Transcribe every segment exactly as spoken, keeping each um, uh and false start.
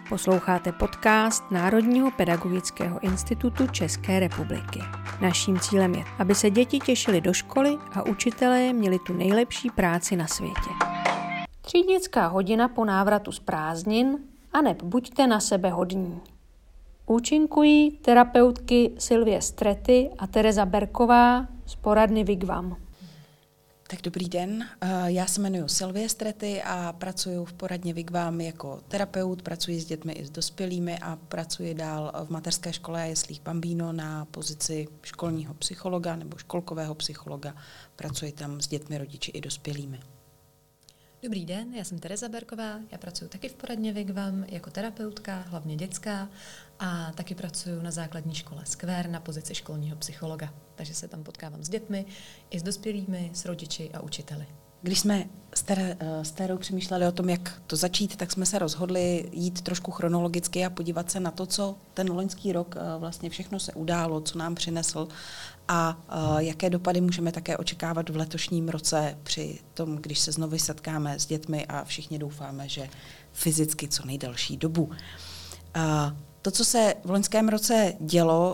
Posloucháte podcast Národního pedagogického institutu České republiky. Naším cílem je, aby se děti těšily do školy a učitelé měli tu nejlepší práci na světě. Třídnická hodina po návratu z prázdnin aneb buďte na sebe hodní. Účinkují terapeutky Sylvie Strety a Tereza Berková z poradny Wigwam. Tak dobrý den, já se jmenuji Sylvie Strety a pracuji v poradně Wigwam jako terapeut, pracuji s dětmi i s dospělými a pracuji dál v mateřské škole a jeslích Bambino na pozici školního psychologa nebo školkového psychologa. Pracuji tam s dětmi, rodiči i dospělými. Dobrý den, já jsem Tereza Berková, já pracuji taky v poradně Wigwam jako terapeutka, hlavně dětská, a taky pracuji na základní škole Skver na pozici školního psychologa. Takže se tam potkávám s dětmi, i s dospělými, s rodiči a učiteli. Když jsme s Terou přemýšleli o tom, jak to začít, tak jsme se rozhodli jít trošku chronologicky a podívat se na to, co ten loňský rok vlastně všechno se událo, co nám přinesl a jaké dopady můžeme také očekávat v letošním roce při tom, když se znovu setkáme s dětmi a všichni doufáme, že fyzicky co nejdelší dobu. To, co se v loňském roce dělo,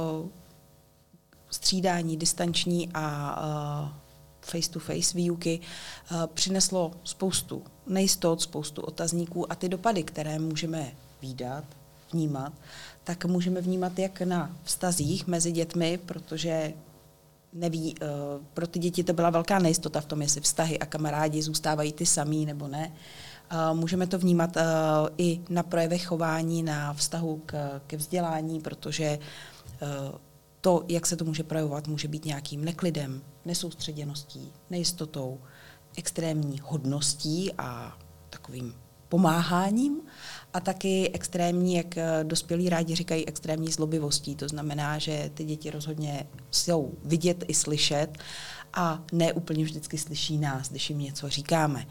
střídání, distanční a face-to-face výuky, přineslo spoustu nejistot, spoustu otazníků a ty dopady, které můžeme vídat, vnímat, tak můžeme vnímat jak na vztazích mezi dětmi, protože neví, pro ty děti to byla velká nejistota v tom, jestli vztahy a kamarádi zůstávají ty samý nebo ne. Můžeme to vnímat i na projevech chování, na vztahu k, ke vzdělání, protože to, jak se to může projevovat, může být nějakým neklidem, nesoustředěností, nejistotou, extrémní hodností a takovým pomáháním a taky extrémní, jak dospělí rádi říkají, extrémní zlobivostí. To znamená, že ty děti rozhodně jsou vidět i slyšet a ne úplně vždycky slyší nás, když jim něco říkáme.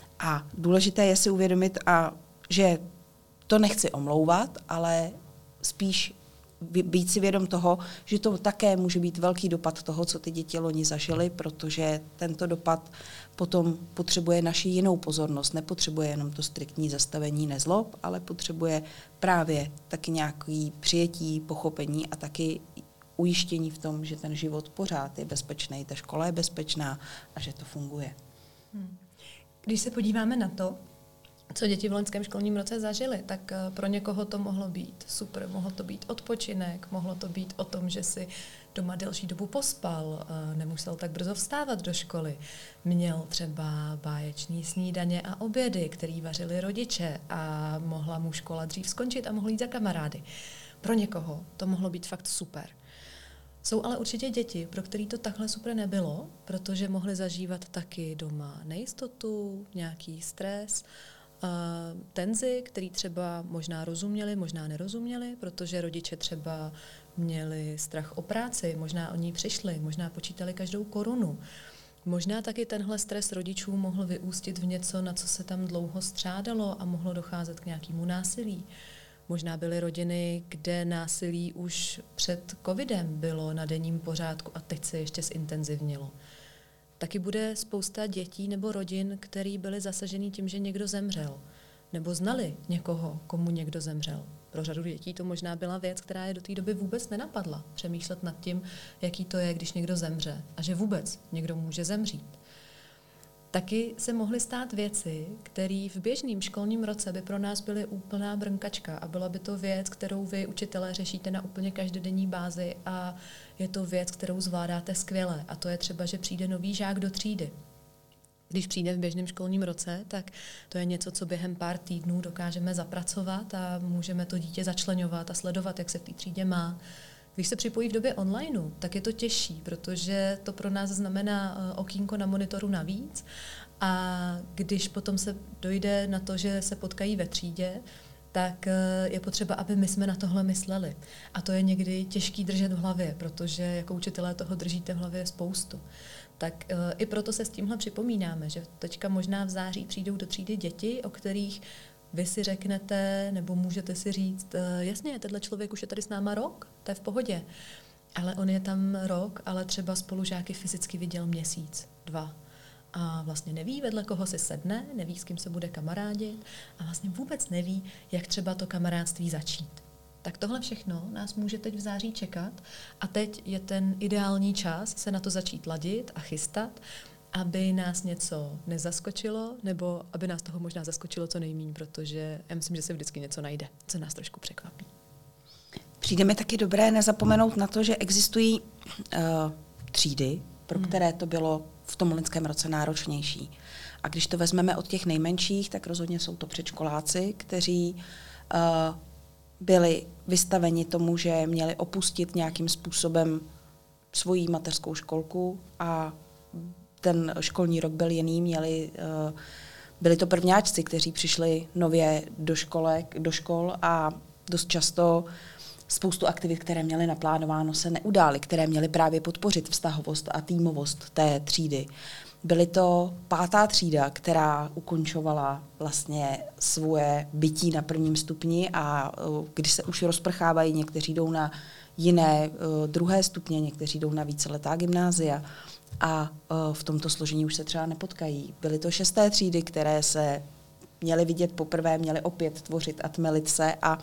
A důležité je si uvědomit, a že to nechci omlouvat, ale spíš být si vědom toho, že to také může být velký dopad toho, co ty děti loni zažily, protože tento dopad potom potřebuje naši jinou pozornost. Nepotřebuje jenom to striktní zastavení nezlob, ale potřebuje právě taky nějaké přijetí, pochopení a taky ujištění v tom, že ten život pořád je bezpečný, ta škola je bezpečná a že to funguje. Hmm. Když se podíváme na to, co děti v loňském školním roce zažily, tak pro někoho to mohlo být super, mohlo to být odpočinek, mohlo to být o tom, že si doma delší dobu pospal, nemusel tak brzo vstávat do školy, měl třeba báječný snídaně a obědy, který vařili rodiče a mohla mu škola dřív skončit a mohl jít za kamarády. Pro někoho to mohlo být fakt super. Jsou ale určitě děti, pro který to takhle super nebylo, protože mohli zažívat taky doma nejistotu, nějaký stres, Uh, tenzi, který třeba možná rozuměli, možná nerozuměli, protože rodiče třeba měli strach o práci, možná o ní přišli, možná počítali každou korunu. Možná taky tenhle stres rodičů mohl vyústit v něco, na co se tam dlouho střádalo a mohlo docházet k nějakému násilí. Možná byly rodiny, kde násilí už před covidem bylo na denním pořádku a teď se ještě zintenzivnilo. Taky bude spousta dětí nebo rodin, který byly zasažený tím, že někdo zemřel. Nebo znali někoho, komu někdo zemřel. Pro řadu dětí to možná byla věc, která je do té doby vůbec nenapadla. Přemýšlet nad tím, jaký to je, když někdo zemře. A že vůbec někdo může zemřít. Taky se mohly stát věci, které v běžném školním roce by pro nás byly úplná brnkačka a byla by to věc, kterou vy, učitelé, řešíte na úplně každodenní bázi a je to věc, kterou zvládáte skvěle. A to je třeba, že přijde nový žák do třídy. Když přijde v běžném školním roce, tak to je něco, co během pár týdnů dokážeme zapracovat a můžeme to dítě začleňovat a sledovat, jak se v té třídě má. Když se připojí v době online, tak je to těžší, protože to pro nás znamená okýnko na monitoru navíc a když potom se dojde na to, že se potkají ve třídě, tak je potřeba, aby my jsme na tohle mysleli. A to je někdy těžký držet v hlavě, protože jako učitelé toho držíte v hlavě spoustu. Tak i proto se s tímhle připomínáme, že teďka možná v září přijdou do třídy děti, o kterých vy si řeknete, nebo můžete si říct, jasně, tenhle člověk už je tady s náma rok, to je v pohodě. Ale on je tam rok, ale třeba spolužáky fyzicky viděl měsíc, dva. a vlastně neví, vedle koho si sedne, neví, s kým se bude kamarádit a vlastně vůbec neví, jak třeba to kamarádství začít. Tak tohle všechno nás může teď v září čekat a teď je ten ideální čas se na to začít ladit a chystat, aby nás něco nezaskočilo, nebo aby nás toho možná zaskočilo co nejméně, protože já myslím, že se vždycky něco najde, co nás trošku překvapí. Přijde mi taky dobré nezapomenout na to, že existují uh, třídy, pro hmm. které to bylo v tom loňském roce náročnější. A když to vezmeme od těch nejmenších, tak rozhodně jsou to předškoláci, kteří uh, byli vystaveni tomu, že měli opustit nějakým způsobem svoji mateřskou školku a ten školní rok byl jiný, měli, uh, byli to prvňáčci, kteří přišli nově do školek, do škol a dost často spoustu aktivit, které měly naplánováno, se neudály, které měly právě podpořit vztahovost a týmovost té třídy. Byly to pátá třída, která ukončovala vlastně svoje bytí na prvním stupni a když se už rozprchávají, někteří jdou na jiné uh, druhé stupně, někteří jdou na víceletá gymnázia a uh, v tomto složení už se třeba nepotkají. Byly to šesté třídy, které se měly vidět poprvé, měly opět tvořit a tmelit se a,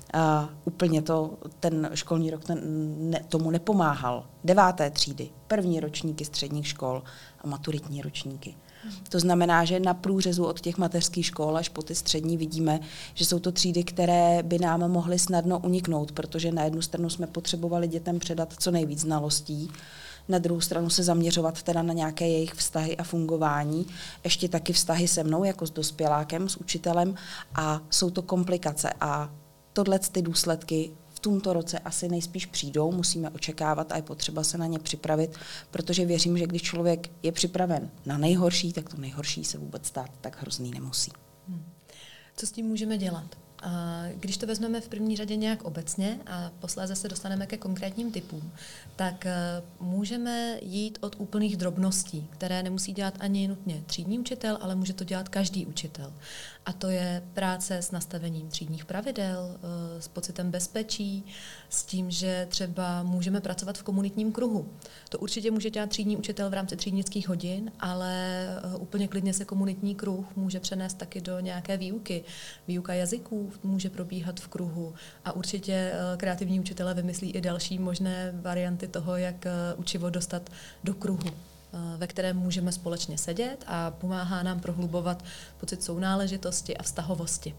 a úplně to, ten školní rok ten, ne, tomu nepomáhal. Deváté třídy, první ročníky středních škol a maturitní ročníky. Hmm. To znamená, že na průřezu od těch mateřských škol až po ty střední vidíme, že jsou to třídy, které by nám mohly snadno uniknout, protože na jednu stranu jsme potřebovali dětem předat co nejvíc znalostí, na druhou stranu se zaměřovat teda na nějaké jejich vztahy a fungování, ještě taky vztahy se mnou jako s dospělákem, s učitelem a jsou to komplikace a tohle ty důsledky v tomto roce asi nejspíš přijdou, musíme očekávat a je potřeba se na ně připravit, protože věřím, že když člověk je připraven na nejhorší, tak to nejhorší se vůbec stát tak hrozný nemusí. Hmm. Co s tím můžeme dělat? Když to vezmeme v první řadě nějak obecně a posléze se dostaneme ke konkrétním typům, tak můžeme jít od úplných drobností, které nemusí dělat ani nutně třídní učitel, ale může to dělat každý učitel. A to je práce s nastavením třídních pravidel, s pocitem bezpečí, s tím, že třeba můžeme pracovat v komunitním kruhu. To určitě může dělat třídní učitel v rámci třídnických hodin, ale úplně klidně se komunitní kruh může přenést taky do nějaké výuky. Výuka jazyků může probíhat v kruhu a určitě kreativní učitelé vymyslí i další možné varianty toho, jak učivo dostat do kruhu, ve kterém můžeme společně sedět a pomáhá nám prohlubovat pocit sounáležitosti a vztahovosti.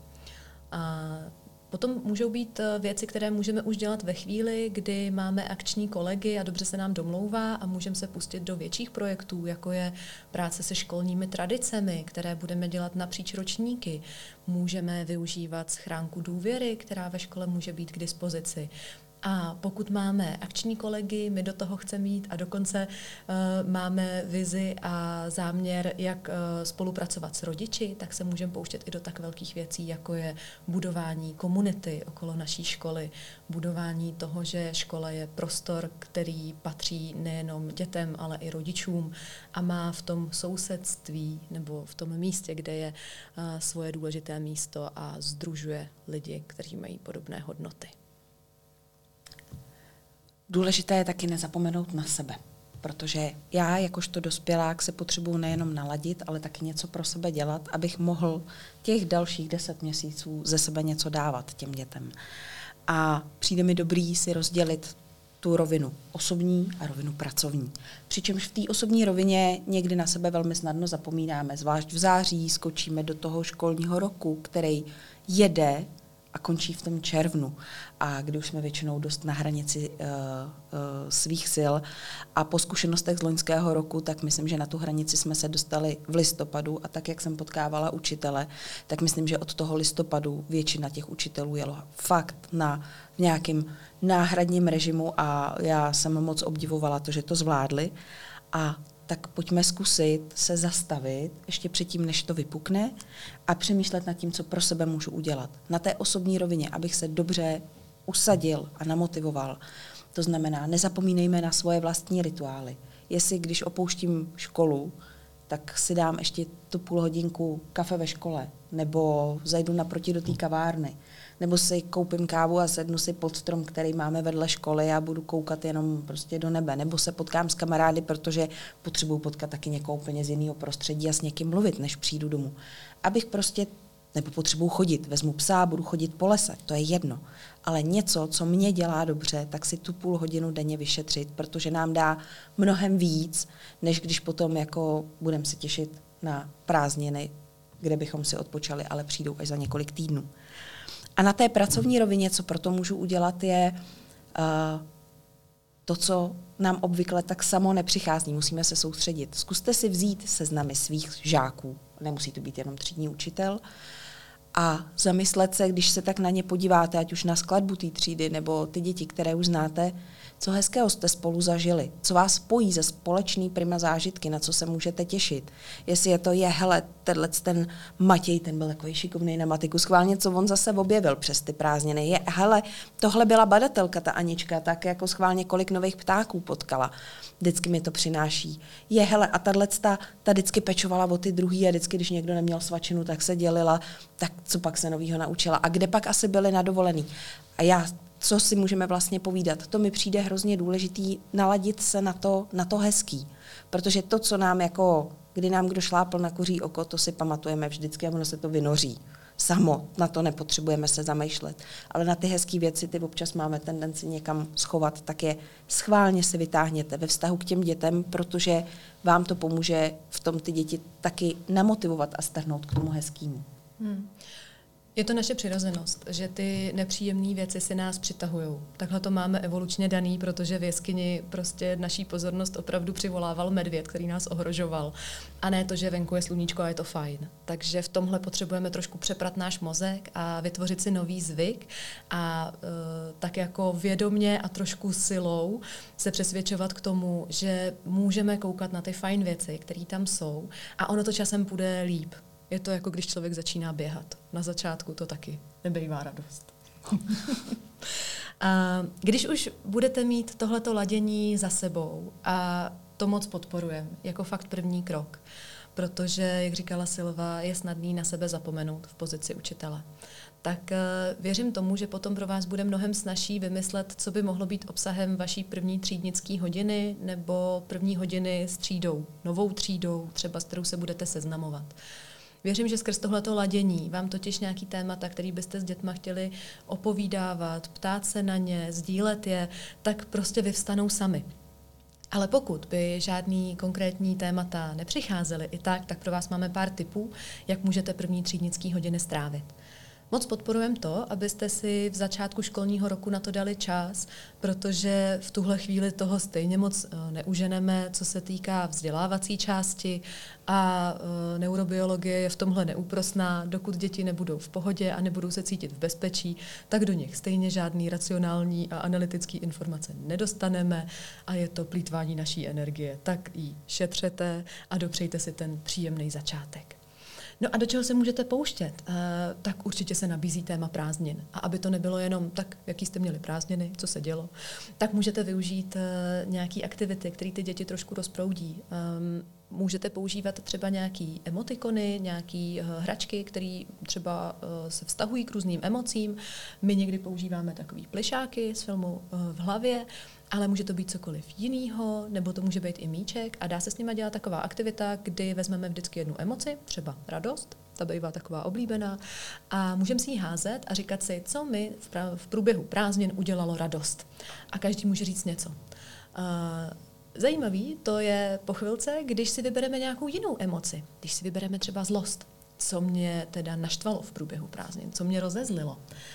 A potom můžou být věci, které můžeme už dělat ve chvíli, kdy máme akční kolegy a dobře se nám domlouvá a můžeme se pustit do větších projektů, jako je práce se školními tradicemi, které budeme dělat napříč ročníky. Můžeme využívat schránku důvěry, která ve škole může být k dispozici. A pokud máme akční kolegy, my do toho chceme jít a dokonce uh, máme vizi a záměr, jak uh, spolupracovat s rodiči, tak se můžeme pouštět i do tak velkých věcí, jako je budování komunity okolo naší školy, budování toho, že škola je prostor, který patří nejenom dětem, ale i rodičům a má v tom sousedství nebo v tom místě, kde je uh, svoje důležité místo a sdružuje lidi, kteří mají podobné hodnoty. Důležité je taky nezapomenout na sebe, protože já jakožto dospělák se potřebuji nejenom naladit, ale taky něco pro sebe dělat, abych mohl těch dalších deset měsíců ze sebe něco dávat těm dětem. A přijde mi dobrý si rozdělit tu rovinu osobní a rovinu pracovní. Přičemž v té osobní rovině někdy na sebe velmi snadno zapomínáme, zvlášť v září skočíme do toho školního roku, který jede a končí v tom červnu. A kdy už jsme většinou dost na hranici uh, uh, svých sil. A po zkušenostech z loňského roku, tak myslím, že na tu hranici jsme se dostali v listopadu a tak, jak jsem potkávala učitele, tak myslím, že od toho listopadu většina těch učitelů jela fakt na nějakým náhradním režimu a já jsem moc obdivovala to, že to zvládli. A tak pojďme zkusit se zastavit ještě předtím, než to vypukne a přemýšlet nad tím, co pro sebe můžu udělat. Na té osobní rovině, abych se dobře usadil a namotivoval. To znamená, nezapomínejme na svoje vlastní rituály. Jestli když opouštím školu, tak si dám ještě tu půl hodinku kafe ve škole, nebo zajdu naproti do té kavárny, nebo si koupím kávu a sednu si pod strom, který máme vedle školy a budu koukat jenom prostě do nebe, nebo se potkám s kamarády, protože potřebuju potkat taky někoho úplně z jiného prostředí a s někým mluvit, než přijdu domů. Abych prostě, nebo potřebuju chodit, vezmu psa, budu chodit po lese, to je jedno. Ale něco, co mě dělá dobře, tak si tu půl hodinu denně vyšetřit, protože nám dá mnohem víc, než když potom jako budeme se těšit na prázdniny, kde bychom si odpočali, ale přijdou až za několik týdnů. A na té pracovní rovině, co proto můžu udělat, je uh, to, co nám obvykle tak samo nepřichází. Musíme se soustředit. Zkuste si vzít seznamy svých žáků. Nemusí to být jenom třídní učitel. A zamyslet se, když se tak na ně podíváte, ať už na skladbu té třídy, nebo ty děti, které už znáte, co hezkého jste spolu zažili, co vás spojí ze společný prima zážitky, na co se můžete těšit. Jestli je to, je, hele, tenhle ten Matěj, ten byl takový šikovný na matiku, schválně, co on zase objevil přes ty prázdniny. Je, hele, tohle byla badatelka, ta Anička, tak jako schválně, kolik nových ptáků potkala. Vždycky mi to přináší. Je, hele, a tahle ta, ta vždycky pečovala o ty druhý a vždycky, když někdo neměl svačinu, tak se dělila, tak co pak se novýho naučila. A kde pak asi byli na dovolený. A já, co si můžeme vlastně povídat, to mi přijde hrozně důležitý naladit se na to, na to hezký. Protože to, co nám jako, kdy nám kdo šlápl na kuří oko, to si pamatujeme vždycky a ono se to vynoří. Samo, na to nepotřebujeme se zamýšlet. Ale na ty hezké věci, ty občas máme tendenci někam schovat, tak je schválně si vytáhněte ve vztahu k těm dětem, protože vám to pomůže v tom ty děti taky namotivovat a strhnout k tomu hezkému. Hmm. Je to naše přirozenost, že ty nepříjemné věci si nás přitahují. Takhle to máme evolučně daný, protože v jeskyni prostě naší pozornost opravdu přivolával medvěd, který nás ohrožoval. A ne to, že venku je sluníčko a je to fajn. Takže v tomhle potřebujeme trošku přeprat náš mozek a vytvořit si nový zvyk a e, tak jako vědomně a trošku silou se přesvědčovat k tomu, že můžeme koukat na ty fajn věci, které tam jsou a ono to časem půjde líp. Je to jako když člověk začíná běhat. Na začátku to taky nebejvá radost. A když už budete mít tohleto ladění za sebou, a to moc podporujeme, jako fakt první krok, protože, jak říkala Silva, je snadný na sebe zapomenout v pozici učitele, tak věřím tomu, že potom pro vás bude mnohem snazší vymyslet, co by mohlo být obsahem vaší první třídnické hodiny nebo první hodiny s třídou, novou třídou, třeba s kterou se budete seznamovat. Věřím, že skrz tohleto ladění vám totiž nějaký témata, který byste s dětma chtěli opovídávat, ptát se na ně, sdílet je, tak prostě vyvstanou sami. Ale pokud by žádný konkrétní témata nepřicházely i tak, tak pro vás máme pár tipů, jak můžete první třídnický hodiny strávit. Moc podporujeme to, abyste si v začátku školního roku na to dali čas, protože v tuhle chvíli toho stejně moc neuženeme, co se týká vzdělávací části a neurobiologie je v tomhle neúprosná. Dokud děti nebudou v pohodě a nebudou se cítit v bezpečí, tak do nich stejně žádný racionální a analytický informace nedostaneme a je to plýtvání naší energie. Tak ji šetřete a dopřejte si ten příjemný začátek. No a do čeho se můžete pouštět? Uh, tak určitě se nabízí téma prázdnin. A aby to nebylo jenom tak, jaký jste měli prázdniny, co se dělo, tak můžete využít uh, nějaké aktivity, které ty děti trošku rozproudí. Um, můžete používat třeba nějaký emotikony, nějaký uh, hračky, které třeba uh, se vztahují k různým emocím. My někdy používáme takový plišáky z filmu uh, V hlavě, ale může to být cokoliv jinýho, nebo to může být i míček a dá se s nima dělat taková aktivita, kdy vezmeme vždycky jednu emoci, třeba radost, ta bývá taková oblíbená, a můžeme si ji házet a říkat si, co mi v, pra- v průběhu prázdnin udělalo radost. A každý může říct něco. Uh, zajímavý to je po chvilce, když si vybereme nějakou jinou emoci, když si vybereme třeba zlost, co mě teda naštvalo v průběhu prázdnin, co mě rozezlilo.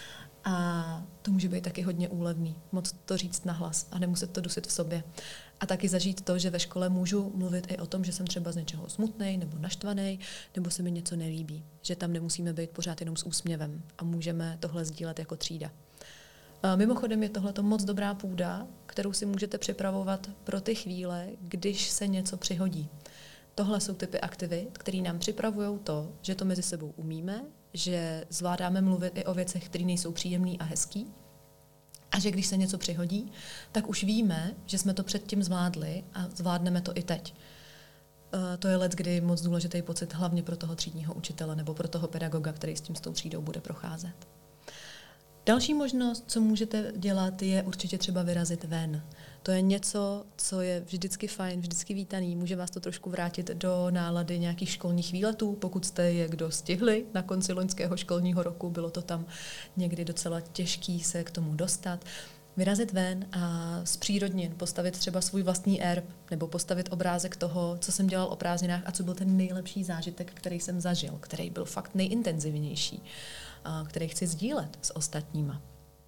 A to může být taky hodně úlevný, moc to říct nahlas a nemuset to dusit v sobě. A taky zažít to, že ve škole můžu mluvit i o tom, že jsem třeba z něčeho smutnej nebo naštvanej, nebo se mi něco nelíbí. Že tam nemusíme být pořád jenom s úsměvem a můžeme tohle sdílet jako třída. A mimochodem je tohleto moc dobrá půda, kterou si můžete připravovat pro ty chvíle, když se něco přihodí. Tohle jsou typy aktivit, které nám připravují to, že to mezi sebou umíme, že zvládáme mluvit i o věcech, které nejsou příjemný a hezký a že když se něco přihodí, tak už víme, že jsme to předtím zvládli a zvládneme to i teď. to je let, kdy moc důležitý pocit hlavně pro toho třídního učitele nebo pro toho pedagoga, který s tím s tou třídou bude procházet. Další možnost, co můžete dělat, je určitě třeba vyrazit ven. To je něco, co je vždycky fajn, vždycky vítaný. Může vás to trošku vrátit do nálady nějakých školních výletů, pokud jste je kdo stihli na konci loňského školního roku. Bylo to tam někdy docela těžký se k tomu dostat. Vyrazit ven a z přírodnin postavit třeba svůj vlastní erb nebo postavit obrázek toho, co jsem dělal o prázdninách a co byl ten nejlepší zážitek, který jsem zažil, který byl fakt nejintenzivnější, a který chci sdílet s ostatníma.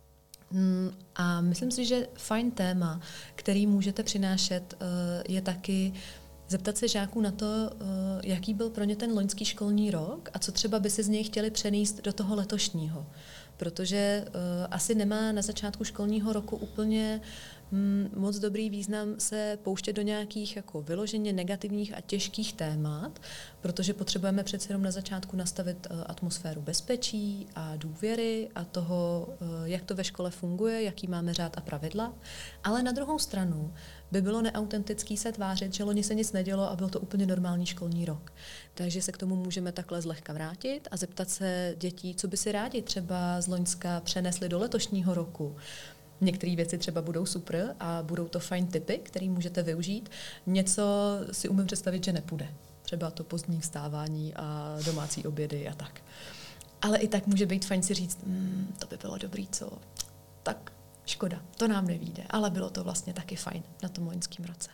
A myslím si, že fajn téma, který můžete přinášet, je taky zeptat se žáků na to, jaký byl pro ně ten loňský školní rok a co třeba by si z něj chtěli přenést do toho letošního. Protože uh, asi nemá na začátku školního roku úplně mm, moc dobrý význam se pouštět do nějakých jako vyloženě negativních a těžkých témat, protože potřebujeme přece jenom na začátku nastavit uh, atmosféru bezpečí a důvěry a toho, uh, jak to ve škole funguje, jaký máme řád a pravidla. Ale na druhou stranu by bylo neautentický se tvářit, že loni se nic nedělo a byl to úplně normální školní rok. Takže se k tomu můžeme takhle zlehka vrátit a zeptat se dětí, co by si rádi třeba z loňska přenesli do letošního roku. Některé věci třeba budou super a budou to fajn tipy, které můžete využít. Něco si umím představit, že nepůjde. Třeba to pozdní vstávání a domácí obědy a tak. Ale i tak může být fajn si říct, mm, to by bylo dobrý, co? Tak škoda, to nám nevyjde, ale bylo to vlastně taky fajn na tom loňském roce.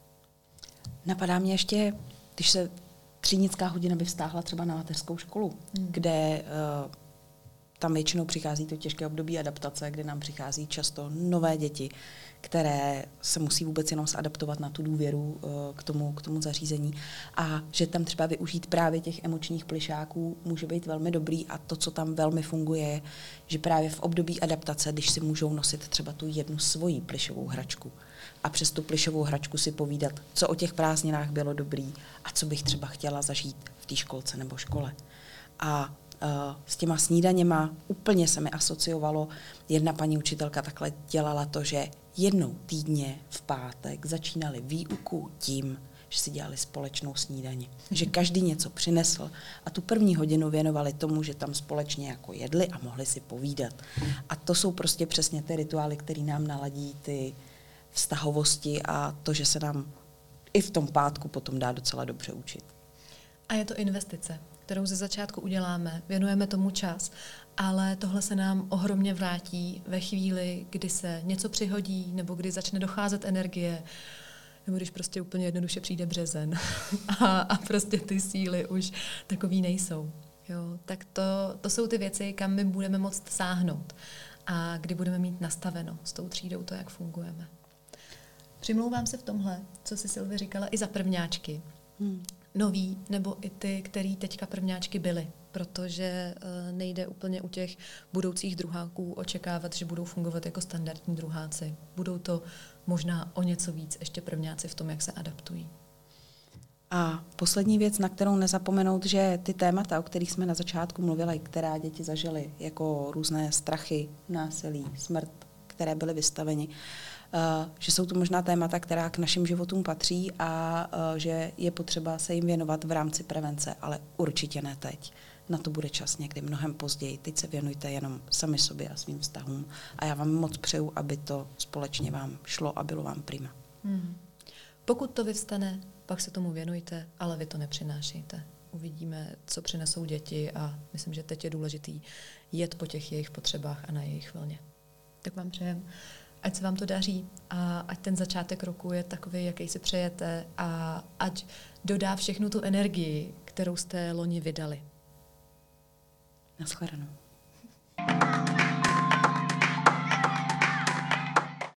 Napadá mě ještě, když se třídnická hodina by vztáhla třeba na mateřskou školu, hmm. kde uh, tam většinou přichází to těžké období adaptace, kde nám přichází často nové děti, které se musí vůbec jenom zadaptovat na tu důvěru uh, k tomu, k tomu zařízení a že tam třeba využít právě těch emočních plišáků může být velmi dobrý a to, co tam velmi funguje, že právě v období adaptace, když si můžou nosit třeba tu jednu svoji plišovou hračku a přes tu plišovou hračku si povídat, co o těch prázdninách bylo dobrý a co bych třeba chtěla zažít v té školce nebo škole. A Uh, s těma snídaněma úplně se mi asociovalo, jedna paní učitelka takhle dělala to, že jednou týdně v pátek začínali výuku tím, že si dělali společnou snídani. Že každý něco přinesl a tu první hodinu věnovali tomu, že tam společně jako jedli a mohli si povídat. A to jsou prostě přesně ty rituály, které nám naladí ty vztahovosti a to, že se nám i v tom pátku potom dá docela dobře učit. A je to investice, kterou ze začátku uděláme, věnujeme tomu čas, ale tohle se nám ohromně vrátí ve chvíli, kdy se něco přihodí, nebo kdy začne docházet energie, nebo když prostě úplně jednoduše přijde březen a, a prostě ty síly už takový nejsou. Jo, tak to, to jsou ty věci, kam my budeme moct sáhnout a kdy budeme mít nastaveno s tou třídou to, jak fungujeme. Přimlouvám se v tomhle, co si Silvie říkala, i za prvňáčky. Hmm. Noví, nebo i ty, který teďka prvňáčky byly, protože uh, nejde úplně u těch budoucích druháků očekávat, že budou fungovat jako standardní druháci. Budou to možná o něco víc ještě prvňáci v tom, jak se adaptují. A poslední věc, na kterou nezapomenout, že ty témata, o kterých jsme na začátku mluvili, která děti zažily, jako různé strachy, násilí, smrt, které byly vystaveni, Uh, že jsou to možná témata, která k našim životům patří a uh, že je potřeba se jim věnovat v rámci prevence, ale určitě ne teď. Na to bude čas někdy mnohem později. Teď se věnujte jenom sami sobě a svým vztahům a já vám moc přeju, aby to společně vám šlo a bylo vám prima. Hmm. Pokud to vyvstane, pak se tomu věnujte, ale vy to nepřinášejte. Uvidíme, co přinesou děti a myslím, že teď je důležitý jet po těch jejich potřebách a na jejich vlně. Tak vám přejem. Ať se vám to daří a ať ten začátek roku je takový, jaký si přejete a ať dodá všechnu tu energii, kterou jste loni vydali. Naschledanou.